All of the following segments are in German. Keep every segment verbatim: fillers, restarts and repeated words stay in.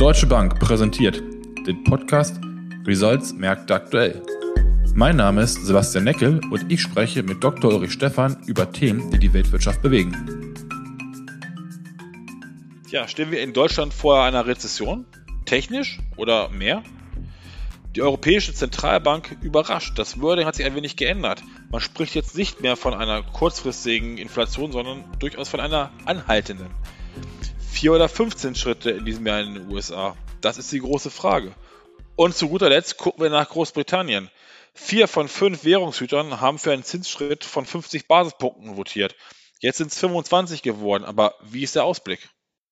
Deutsche Bank präsentiert den Podcast Results Märkte aktuell. Mein Name ist Sebastian Neckel und ich spreche mit Doktor Ulrich Stephan über Themen, die die Weltwirtschaft bewegen. Ja, stehen wir in Deutschland vor einer Rezession? Technisch oder mehr? Die Europäische Zentralbank überrascht. Das Wording hat sich ein wenig geändert. Man spricht jetzt nicht mehr von einer kurzfristigen Inflation, sondern durchaus von einer anhaltenden. Vier oder fünfzehn Schritte in diesem Jahr in den U S A. Das ist die große Frage. Und zu guter Letzt gucken wir nach Großbritannien. Vier von fünf Währungshütern haben für einen Zinsschritt von fünfzig Basispunkten votiert. Jetzt sind es fünfundzwanzig geworden. Aber wie ist der Ausblick?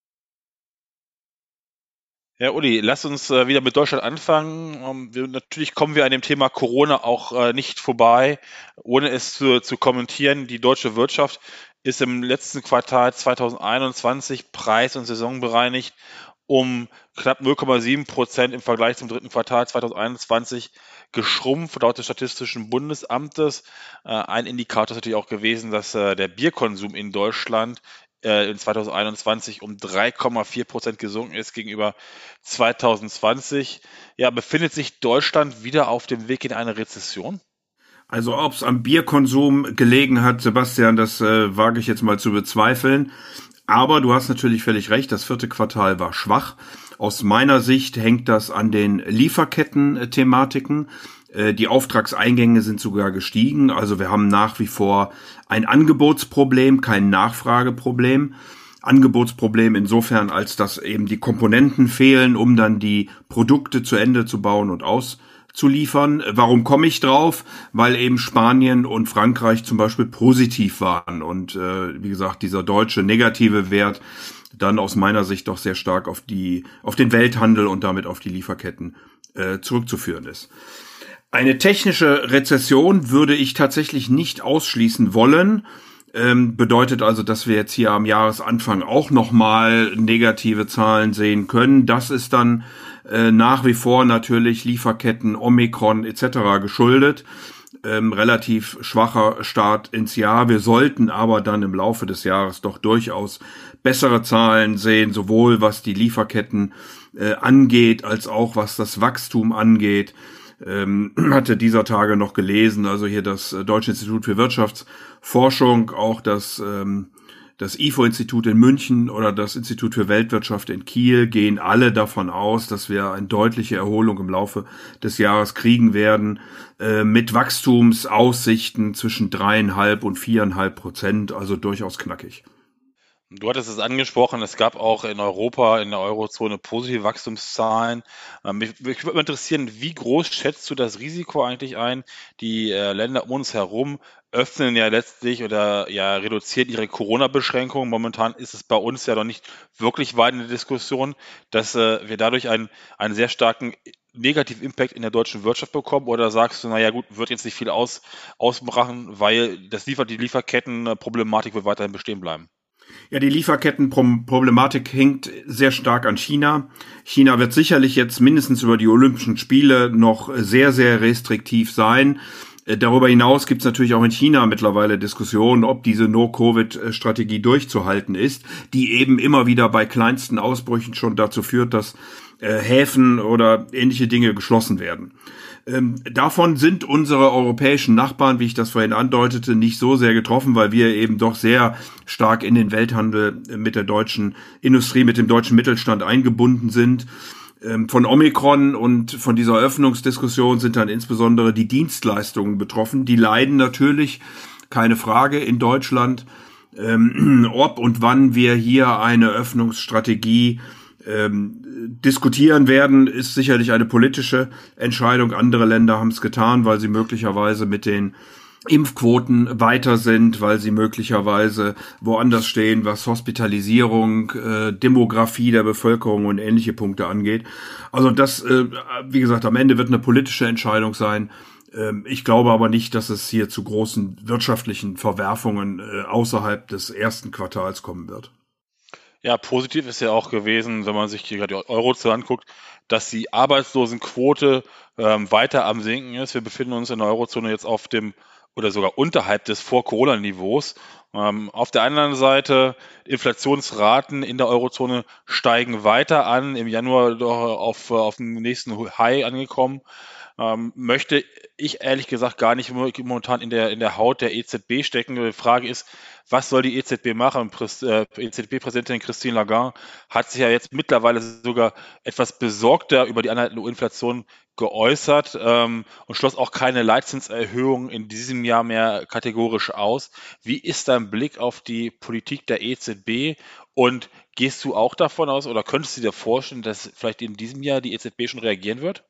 Ja, Uli, lass uns äh, wieder mit Deutschland anfangen. Ähm, wir, natürlich kommen wir an dem Thema Corona auch äh, nicht vorbei, ohne es zu, zu kommentieren. Die deutsche Wirtschaft ist im letzten Quartal zweitausendeinundzwanzig preis- und saisonbereinigt um knapp null Komma sieben Prozent im Vergleich zum dritten Quartal zweitausendeinundzwanzig geschrumpft, laut des Statistischen Bundesamtes. Äh, ein Indikator ist natürlich auch gewesen, dass äh, der Bierkonsum in Deutschland in zweitausendeinundzwanzig um drei Komma vier Prozent gesunken ist gegenüber zweitausendzwanzig. Ja, befindet sich Deutschland wieder auf dem Weg in eine Rezession? Also ob es am Bierkonsum gelegen hat, Sebastian, das äh, wage ich jetzt mal zu bezweifeln. Aber du hast natürlich völlig recht, das vierte Quartal war schwach. Aus meiner Sicht hängt das an den Lieferketten-Thematiken. Die Auftragseingänge sind sogar gestiegen. Also wir haben nach wie vor ein Angebotsproblem, kein Nachfrageproblem. Angebotsproblem insofern, als dass eben die Komponenten fehlen, um dann die Produkte zu Ende zu bauen und auszuliefern. Warum komme ich drauf? Weil eben Spanien und Frankreich zum Beispiel positiv waren. Und äh, wie gesagt, dieser deutsche negative Wert dann aus meiner Sicht doch sehr stark auf die, auf den Welthandel und damit auf die Lieferketten äh, zurückzuführen ist. Eine technische Rezession würde ich tatsächlich nicht ausschließen wollen. Ähm, bedeutet also, dass wir jetzt hier am Jahresanfang auch nochmal negative Zahlen sehen können. Das ist dann äh, nach wie vor natürlich Lieferketten, Omikron et cetera geschuldet. Ähm, relativ schwacher Start ins Jahr. Wir sollten aber dann im Laufe des Jahres doch durchaus bessere Zahlen sehen, sowohl was die Lieferketten äh, angeht, als auch was das Wachstum angeht. Ähm, hatte dieser Tage noch gelesen, also hier das äh, Deutsche Institut für Wirtschaftsforschung, auch das ähm, das I F O-Institut in München oder das Institut für Weltwirtschaft in Kiel gehen alle davon aus, dass wir eine deutliche Erholung im Laufe des Jahres kriegen werden, äh, mit Wachstumsaussichten zwischen dreieinhalb und viereinhalb Prozent, also durchaus knackig. Du hattest es angesprochen, es gab auch in Europa, in der Eurozone positive Wachstumszahlen. Ähm, mich, mich würde interessieren, wie groß schätzt du das Risiko eigentlich ein? Die äh, Länder um uns herum öffnen ja letztlich oder ja reduzieren ihre Corona-Beschränkungen. Momentan ist es bei uns ja noch nicht wirklich weit in der Diskussion, dass äh, wir dadurch einen, einen sehr starken negativen Impact in der deutschen Wirtschaft bekommen. Oder sagst du, naja gut, wird jetzt nicht viel aus, ausmachen, weil das liefert die Lieferketten-Problematik wird weiterhin bestehen bleiben? Ja, die Lieferkettenproblematik hängt sehr stark an China. China wird sicherlich jetzt mindestens über die Olympischen Spiele noch sehr, sehr restriktiv sein. Darüber hinaus gibt es natürlich auch in China mittlerweile Diskussionen, ob diese No-Covid-Strategie durchzuhalten ist, die eben immer wieder bei kleinsten Ausbrüchen schon dazu führt, dass äh, Häfen oder ähnliche Dinge geschlossen werden. Ähm, davon sind unsere europäischen Nachbarn, wie ich das vorhin andeutete, nicht so sehr getroffen, weil wir eben doch sehr stark in den Welthandel mit der deutschen Industrie, mit dem deutschen Mittelstand eingebunden sind. Ähm, von Omikron und von dieser Öffnungsdiskussion sind dann insbesondere die Dienstleistungen betroffen. Die leiden natürlich, keine Frage, in Deutschland. Ähm, ob und wann wir hier eine Öffnungsstrategie Ähm, diskutieren werden, ist sicherlich eine politische Entscheidung. Andere Länder haben es getan, weil sie möglicherweise mit den Impfquoten weiter sind, weil sie möglicherweise woanders stehen, was Hospitalisierung, äh, Demografie der Bevölkerung und ähnliche Punkte angeht. Also das, äh, wie gesagt, am Ende wird eine politische Entscheidung sein. Ähm, ich glaube aber nicht, dass es hier zu großen wirtschaftlichen Verwerfungen äh, außerhalb des ersten Quartals kommen wird. Ja, positiv ist ja auch gewesen, wenn man sich die Eurozone anguckt, dass die Arbeitslosenquote ähm, weiter am Sinken ist. Wir befinden uns in der Eurozone jetzt auf dem oder sogar unterhalb des Vor-Corona-Niveaus. Ähm, auf der anderen Seite, Inflationsraten in der Eurozone steigen weiter an, im Januar doch auf, auf dem nächsten High angekommen. Ähm, möchte ich ehrlich gesagt gar nicht momentan in der, in der Haut der E Z B stecken. Die Frage ist, was soll die E Z B machen? Äh, E Z B-Präsidentin Christine Lagarde hat sich ja jetzt mittlerweile sogar etwas besorgter über die anhaltende Inflation geäußert ähm, und schloss auch keine Leitzinserhöhung in diesem Jahr mehr kategorisch aus. Wie ist dein Blick auf die Politik der E Z B und gehst du auch davon aus oder könntest du dir vorstellen, dass vielleicht in diesem Jahr die E Z B schon reagieren wird?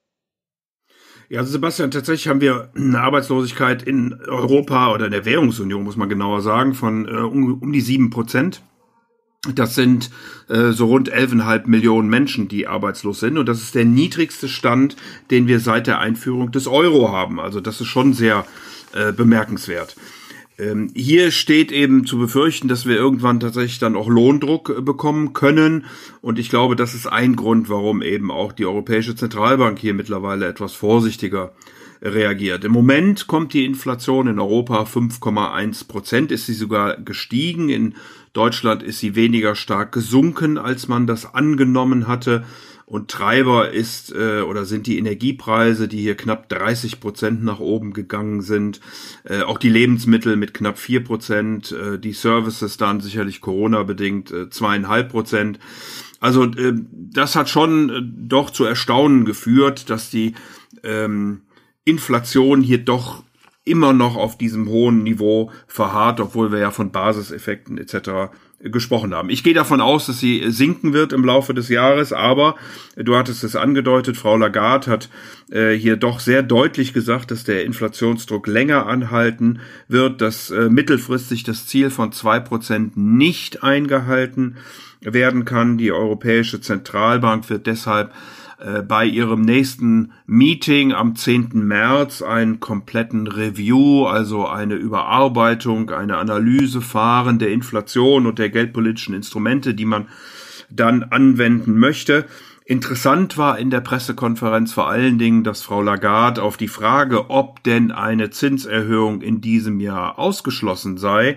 Ja, also Sebastian, tatsächlich haben wir eine Arbeitslosigkeit in Europa oder in der Währungsunion, muss man genauer sagen, von äh, um, um die sieben Prozent. Das sind äh, so rund elf Komma fünf Millionen Menschen, die arbeitslos sind. Und das ist der niedrigste Stand, den wir seit der Einführung des Euro haben. Also das ist schon sehr äh, bemerkenswert. Ähm, hier steht eben zu befürchten, dass wir irgendwann tatsächlich dann auch Lohndruck äh, bekommen können. Und ich glaube, das ist ein Grund, warum eben auch die Europäische Zentralbank hier mittlerweile etwas vorsichtiger reagiert. Im Moment kommt die Inflation in Europa fünf Komma eins Prozent, ist sie sogar gestiegen. In Deutschland ist sie weniger stark gesunken, als man das angenommen hatte. Und Treiber ist äh, oder sind die Energiepreise, die hier knapp dreißig Prozent nach oben gegangen sind. Äh, auch die Lebensmittel mit knapp vier Prozent. Äh, die Services dann sicherlich Corona-bedingt äh, zwei Komma fünf Prozent. Also äh, das hat schon äh, doch zu Erstaunen geführt, dass die ähm, Inflation hier doch immer noch auf diesem hohen Niveau verharrt, obwohl wir ja von Basiseffekten et cetera gesprochen haben. Ich gehe davon aus, dass sie sinken wird im Laufe des Jahres, aber du hattest es angedeutet, Frau Lagarde hat äh, hier doch sehr deutlich gesagt, dass der Inflationsdruck länger anhalten wird, dass äh, mittelfristig das Ziel von zwei Prozent nicht eingehalten werden kann. Die Europäische Zentralbank wird deshalb bei ihrem nächsten Meeting am zehnten März einen kompletten Review, also eine Überarbeitung, eine Analyse fahren der Inflation und der geldpolitischen Instrumente, die man dann anwenden möchte. Interessant war in der Pressekonferenz vor allen Dingen, dass Frau Lagarde auf die Frage, ob denn eine Zinserhöhung in diesem Jahr ausgeschlossen sei,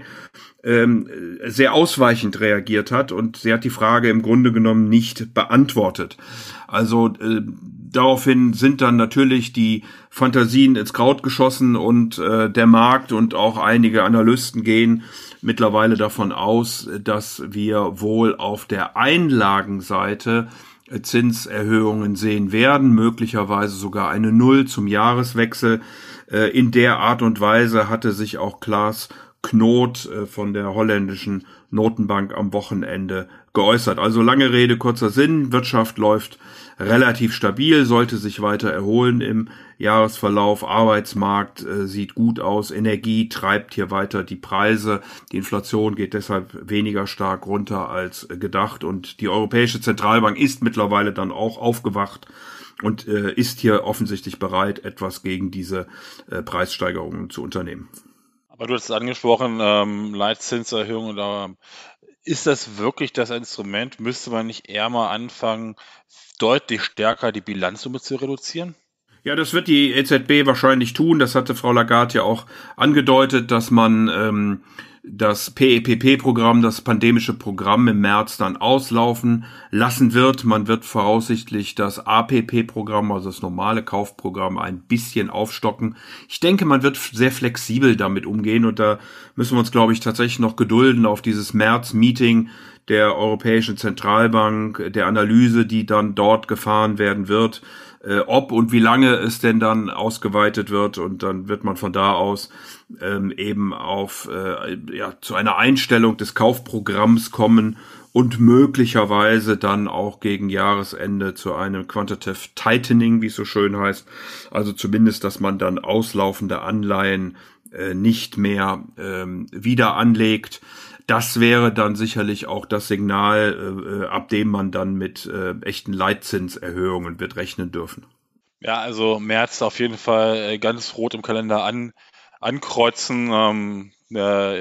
sehr ausweichend reagiert hat und sie hat die Frage im Grunde genommen nicht beantwortet. Also äh, daraufhin sind dann natürlich die Fantasien ins Kraut geschossen und äh, der Markt und auch einige Analysten gehen mittlerweile davon aus, dass wir wohl auf der Einlagenseite Zinserhöhungen sehen werden, möglicherweise sogar eine Null zum Jahreswechsel. Äh, in der Art und Weise hatte sich auch Klaas Knot von der holländischen Notenbank am Wochenende geäußert. Also lange Rede, kurzer Sinn. Wirtschaft läuft relativ stabil, sollte sich weiter erholen im Jahresverlauf. Arbeitsmarkt äh, sieht gut aus. Energie treibt hier weiter die Preise. Die Inflation geht deshalb weniger stark runter als gedacht. Und die Europäische Zentralbank ist mittlerweile dann auch aufgewacht und äh, ist hier offensichtlich bereit, etwas gegen diese äh, Preissteigerungen zu unternehmen. Aber du hast es angesprochen, ähm, Leitzinserhöhung, oder ist das wirklich das Instrument? Müsste man nicht eher mal anfangen, deutlich stärker die Bilanzsumme zu reduzieren? Ja, das wird die E Z B wahrscheinlich tun. Das hatte Frau Lagarde ja auch angedeutet, dass man ähm, das P E P P-Programm, das pandemische Programm im März dann auslaufen lassen wird. Man wird voraussichtlich das A P P-Programm, also das normale Kaufprogramm, ein bisschen aufstocken. Ich denke, man wird sehr flexibel damit umgehen und da müssen wir uns, glaube ich, tatsächlich noch gedulden auf dieses März-Meeting der Europäischen Zentralbank, der Analyse, die dann dort gefahren werden wird, äh, ob und wie lange es denn dann ausgeweitet wird, und dann wird man von da aus ähm, eben auf äh, ja zu einer Einstellung des Kaufprogramms kommen und möglicherweise dann auch gegen Jahresende zu einem Quantitative Tightening, wie es so schön heißt, also zumindest, dass man dann auslaufende Anleihen äh, nicht mehr ähm, wieder anlegt. Das wäre dann sicherlich auch das Signal, äh, ab dem man dann mit äh, echten Leitzinserhöhungen wird rechnen dürfen. Ja, also März auf jeden Fall ganz rot im Kalender an, ankreuzen. Ähm, äh,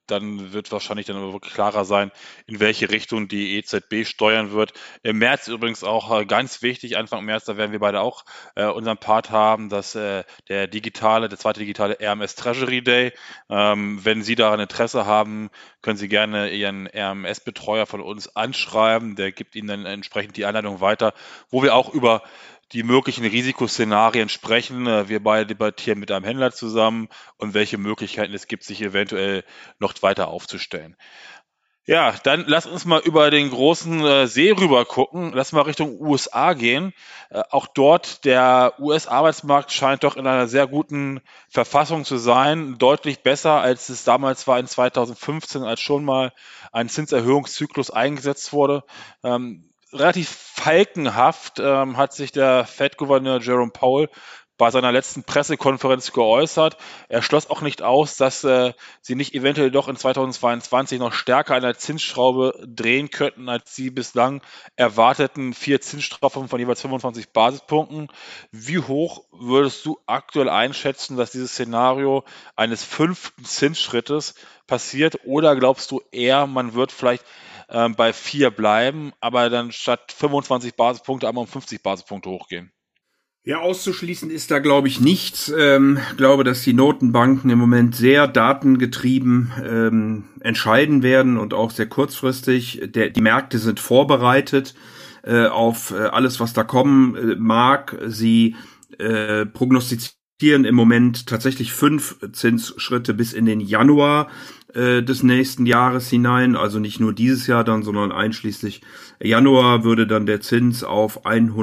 dann wird wahrscheinlich dann wirklich klarer sein, in welche Richtung die E Z B steuern wird. Im März übrigens auch ganz wichtig, Anfang März, da werden wir beide auch äh, unseren Part haben, dass äh, der digitale, der zweite digitale R M S Treasury Day, ähm, wenn Sie daran Interesse haben, können Sie gerne Ihren R M S-Betreuer von uns anschreiben, der gibt Ihnen dann entsprechend die Anleitung weiter, wo wir auch über die möglichen Risikoszenarien sprechen. Wir beide debattieren mit einem Händler zusammen und welche Möglichkeiten es gibt, sich eventuell noch weiter aufzustellen. Ja, dann lass uns mal über den großen äh, See rüber gucken. Lass mal Richtung U S A gehen. Äh, auch dort, der U S-Arbeitsmarkt scheint doch in einer sehr guten Verfassung zu sein. Deutlich besser, als es damals war in zweitausendfünfzehn, als schon mal ein Zinserhöhungszyklus eingesetzt wurde. Ähm, relativ falkenhaft ähm, hat sich der Fed-Gouverneur Jerome Powell bei seiner letzten Pressekonferenz geäußert. Er schloss auch nicht aus, dass äh, sie nicht eventuell doch in zweitausendzweiundzwanzig noch stärker an der Zinsschraube drehen könnten, als sie bislang erwarteten vier Zinsstrafen von jeweils fünfundzwanzig Basispunkten. Wie hoch würdest du aktuell einschätzen, dass dieses Szenario eines fünften Zinsschrittes passiert? Oder glaubst du eher, man wird vielleicht ähm, bei vier bleiben, aber dann statt fünfundzwanzig Basispunkte einmal um fünfzig Basispunkte hochgehen? Ja, auszuschließen ist da, glaube ich, nichts. Ähm, glaube, dass die Notenbanken im Moment sehr datengetrieben ähm, entscheiden werden und auch sehr kurzfristig. Der, die Märkte sind vorbereitet äh, auf äh, alles, was da kommen äh, mag. Sie äh, prognostizieren im Moment tatsächlich fünf Zinsschritte bis in den Januar äh, des nächsten Jahres hinein. Also nicht nur dieses Jahr dann, sondern einschließlich Januar würde dann der Zins auf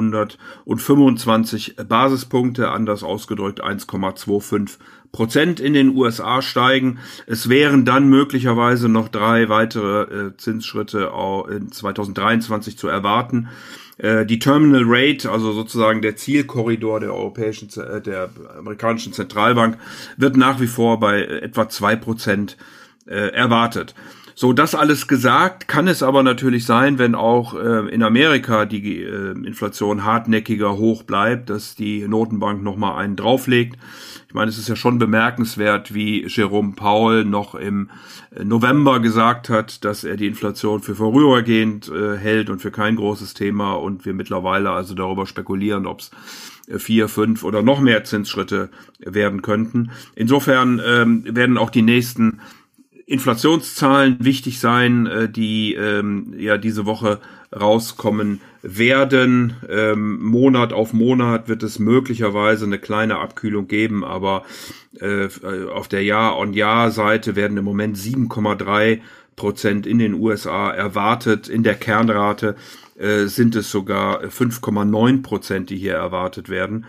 hundertfünfundzwanzig Basispunkte, anders ausgedrückt eins Komma fünfundzwanzig Prozent in den U S A steigen. Es wären dann möglicherweise noch drei weitere äh, Zinsschritte auch in zweitausenddreiundzwanzig zu erwarten. Äh, die Terminal Rate, also sozusagen der Zielkorridor der europäischen, äh, der amerikanischen Zentralbank, wird nach wie vor bei äh, etwa zwei Prozent äh, erwartet. So, das alles gesagt, kann es aber natürlich sein, wenn auch äh, in Amerika die äh, Inflation hartnäckiger hoch bleibt, dass die Notenbank nochmal einen drauflegt. Ich meine, es ist ja schon bemerkenswert, wie Jerome Powell noch im November gesagt hat, dass er die Inflation für vorübergehend äh, hält und für kein großes Thema und wir mittlerweile also darüber spekulieren, ob es vier, fünf oder noch mehr Zinsschritte werden könnten. Insofern ähm, werden auch die nächsten Inflationszahlen wichtig sein, die ähm, ja diese Woche rauskommen werden. Ähm, Monat auf Monat wird es möglicherweise eine kleine Abkühlung geben, aber äh, auf der Jahr-on-Jahr-Seite werden im Moment sieben Komma drei Prozent in den U S A erwartet. In der Kernrate äh, sind es sogar fünf Komma neun Prozent, die hier erwartet werden.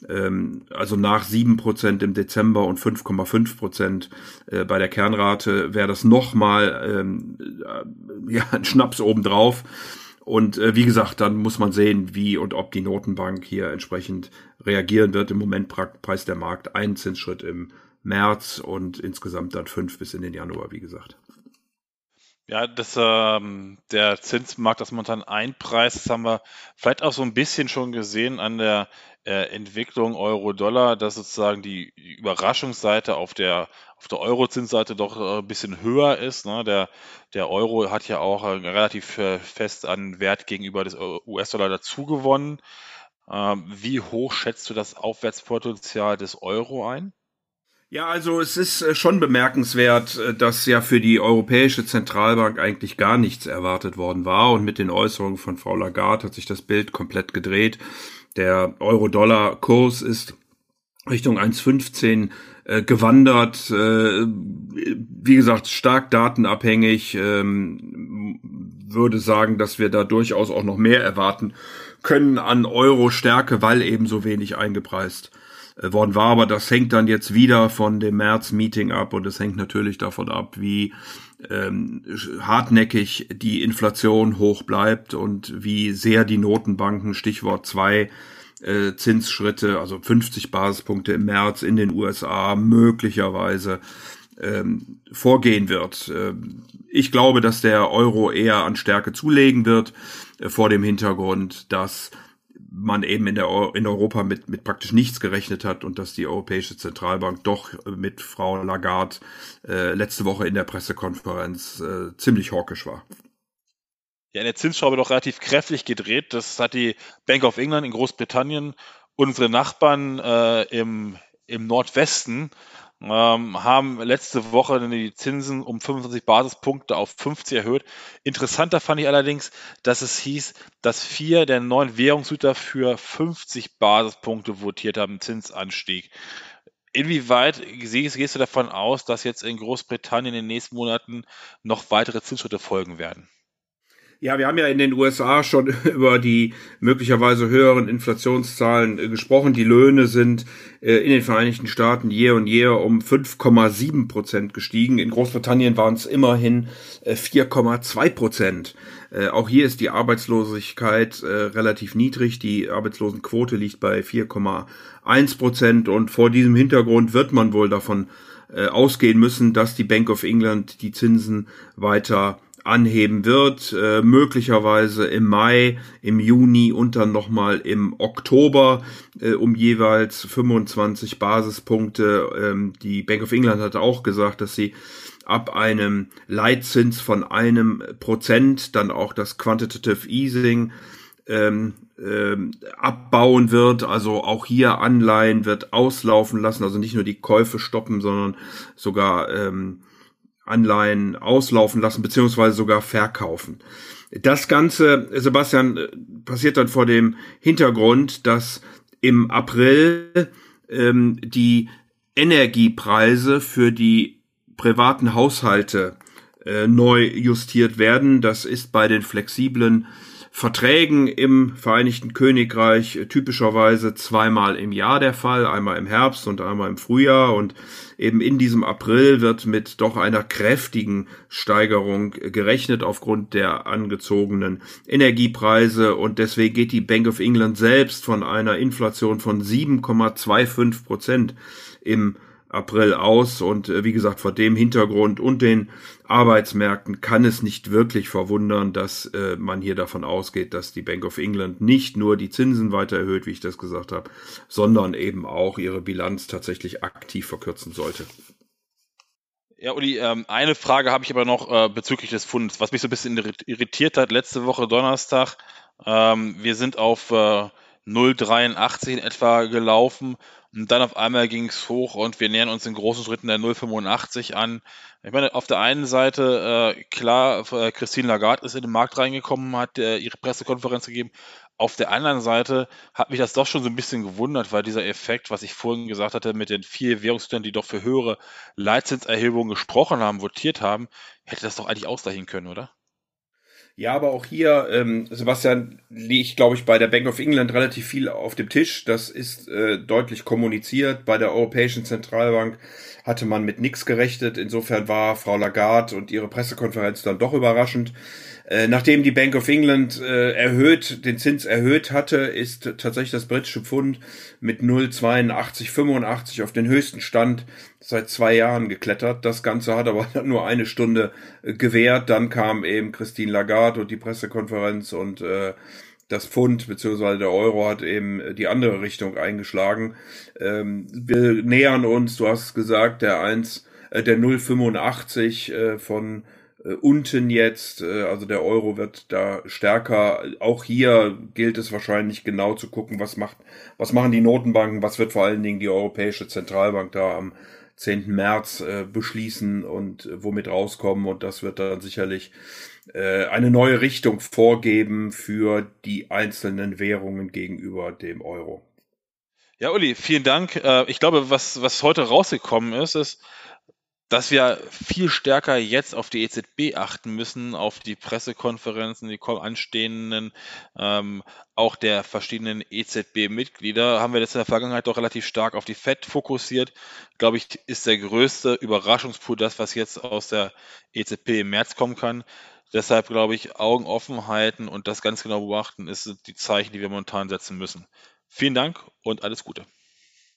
Also nach sieben Prozent im Dezember und fünf Komma fünf Prozent bei der Kernrate wäre das nochmal ähm, ja, ein Schnaps obendrauf. Und äh, wie gesagt, dann muss man sehen, wie und ob die Notenbank hier entsprechend reagieren wird. Im Moment preist der Markt einen Zinsschritt im März und insgesamt dann fünf bis in den Januar, wie gesagt. Ja, das, ähm, der Zinsmarkt, das momentan einpreist, das haben wir vielleicht auch so ein bisschen schon gesehen an der äh, Entwicklung Euro-Dollar, dass sozusagen die Überraschungsseite auf der auf der Euro-Zinsseite doch äh, ein bisschen höher ist. Ne? Der, der Euro hat ja auch äh, relativ äh, fest an Wert gegenüber des U S-Dollar dazugewonnen. Ähm, wie hoch schätzt du das Aufwärtspotenzial des Euro ein? Ja, also es ist schon bemerkenswert, dass ja für die Europäische Zentralbank eigentlich gar nichts erwartet worden war und mit den Äußerungen von Frau Lagarde hat sich das Bild komplett gedreht. Der Euro-Dollar-Kurs ist Richtung eins Komma fünfzehn äh, gewandert, äh, wie gesagt, stark datenabhängig, ähm, würde sagen, dass wir da durchaus auch noch mehr erwarten können an Euro-Stärke, weil eben so wenig eingepreist worden war, aber das hängt dann jetzt wieder von dem März-Meeting ab und es hängt natürlich davon ab, wie ähm, hartnäckig die Inflation hoch bleibt und wie sehr die Notenbanken, Stichwort zwei äh, Zinsschritte, also fünfzig Basispunkte im März in den U S A möglicherweise ähm, vorgehen wird. Ähm, ich glaube, dass der Euro eher an Stärke zulegen wird, äh, vor dem Hintergrund, dass man eben in der in Europa mit mit praktisch nichts gerechnet hat und dass die Europäische Zentralbank doch mit Frau Lagarde äh, letzte Woche in der Pressekonferenz äh, ziemlich hawkisch war. Ja, in der Zinsschraube doch relativ kräftig gedreht. Das hat die Bank of England in Großbritannien, unsere Nachbarn äh, im, im Nordwesten, ähm, haben letzte Woche die Zinsen um fünfundzwanzig Basispunkte auf fünfzig erhöht. Interessanter fand ich allerdings, dass es hieß, dass vier der neun Währungshüter für fünfzig Basispunkte votiert haben, Zinsanstieg. Inwieweit gehst, gehst du davon aus, dass jetzt in Großbritannien in den nächsten Monaten noch weitere Zinsschritte folgen werden? Ja, wir haben ja in den U S A schon über die möglicherweise höheren Inflationszahlen äh, gesprochen. Die Löhne sind äh, in den Vereinigten Staaten year on year um fünf Komma sieben Prozent gestiegen. In Großbritannien waren es immerhin äh, vier Komma zwei Prozent. Äh, auch hier ist die Arbeitslosigkeit äh, relativ niedrig. Die Arbeitslosenquote liegt bei vier Komma eins Prozent und vor diesem Hintergrund wird man wohl davon äh, ausgehen müssen, dass die Bank of England die Zinsen weiter anheben wird, äh, möglicherweise im Mai, im Juni und dann nochmal im Oktober äh, um jeweils fünfundzwanzig Basispunkte. Ähm, die Bank of England hatte auch gesagt, dass sie ab einem Leitzins von einem Prozent dann auch das Quantitative Easing ähm, ähm, abbauen wird, also auch hier Anleihen wird auslaufen lassen, also nicht nur die Käufe stoppen, sondern sogar ähm, Anleihen auslaufen lassen, beziehungsweise sogar verkaufen. Das Ganze, Sebastian, passiert dann vor dem Hintergrund, dass im April ähm, die Energiepreise für die privaten Haushalte äh, neu justiert werden. Das ist bei den flexiblen Verträgen im Vereinigten Königreich typischerweise zweimal im Jahr der Fall, einmal im Herbst und einmal im Frühjahr, und eben in diesem April wird mit doch einer kräftigen Steigerung gerechnet aufgrund der angezogenen Energiepreise, und deswegen geht die Bank of England selbst von einer Inflation von sieben Komma fünfundzwanzig Prozent im April aus, und äh, wie gesagt, vor dem Hintergrund und den Arbeitsmärkten kann es nicht wirklich verwundern, dass äh, man hier davon ausgeht, dass die Bank of England nicht nur die Zinsen weiter erhöht, wie ich das gesagt habe, sondern eben auch ihre Bilanz tatsächlich aktiv verkürzen sollte. Ja, Uli, ähm, eine Frage habe ich aber noch äh, bezüglich des Funds, was mich so ein bisschen irritiert hat, letzte Woche Donnerstag. Ähm, wir sind auf äh, null Komma dreiundachtzig in etwa gelaufen. Und dann auf einmal ging es hoch und wir nähern uns in großen Schritten der null Komma fünfundachtzig an. Ich meine, auf der einen Seite, äh, klar, äh, Christine Lagarde ist in den Markt reingekommen, hat äh, ihre Pressekonferenz gegeben. Auf der anderen Seite hat mich das doch schon so ein bisschen gewundert, weil dieser Effekt, was ich vorhin gesagt hatte, mit den vier Währungshütern, die doch für höhere Leitzinserhebungen gesprochen haben, votiert haben, hätte das doch eigentlich ausreichen können, oder? Ja, aber auch hier, ähm, Sebastian, liegt, glaube ich, bei der Bank of England relativ viel auf dem Tisch. Das ist äh, deutlich kommuniziert. Bei der Europäischen Zentralbank hatte man mit nichts gerechnet. Insofern war Frau Lagarde und ihre Pressekonferenz dann doch überraschend. Äh, nachdem die Bank of England äh, erhöht, den Zins erhöht hatte, ist tatsächlich das britische Pfund mit null Komma zweiundachtzig fünfundachtzig auf den höchsten Stand seit zwei Jahren geklettert. Das Ganze hat aber nur eine Stunde äh, gewährt. Dann kam eben Christine Lagarde und die Pressekonferenz, und äh, das Pfund bzw. der Euro hat eben die andere Richtung eingeschlagen. Ähm, wir nähern uns, du hast gesagt, der eins, äh, der null Komma fünfundachtzig äh, von äh, unten jetzt, äh, also der Euro wird da stärker. Auch hier gilt es wahrscheinlich genau zu gucken, was macht, was machen die Notenbanken, was wird vor allen Dingen die Europäische Zentralbank da am zehnten März äh, beschließen und äh, womit rauskommen, und das wird dann sicherlich äh, eine neue Richtung vorgeben für die einzelnen Währungen gegenüber dem Euro. Ja, Uli, vielen Dank. Äh, ich glaube, was, was heute rausgekommen ist, ist, dass wir viel stärker jetzt auf die E Z B achten müssen, auf die Pressekonferenzen, die anstehenden, ähm, auch der verschiedenen E Z B-Mitglieder. Haben wir jetzt in der Vergangenheit doch relativ stark auf die Fed fokussiert. Glaube ich, ist der größte Überraschungspunkt das, was jetzt aus der E Z B im März kommen kann. Deshalb glaube ich, Augen offen halten und das ganz genau beobachten, ist die Zeichen, die wir momentan setzen müssen. Vielen Dank und alles Gute.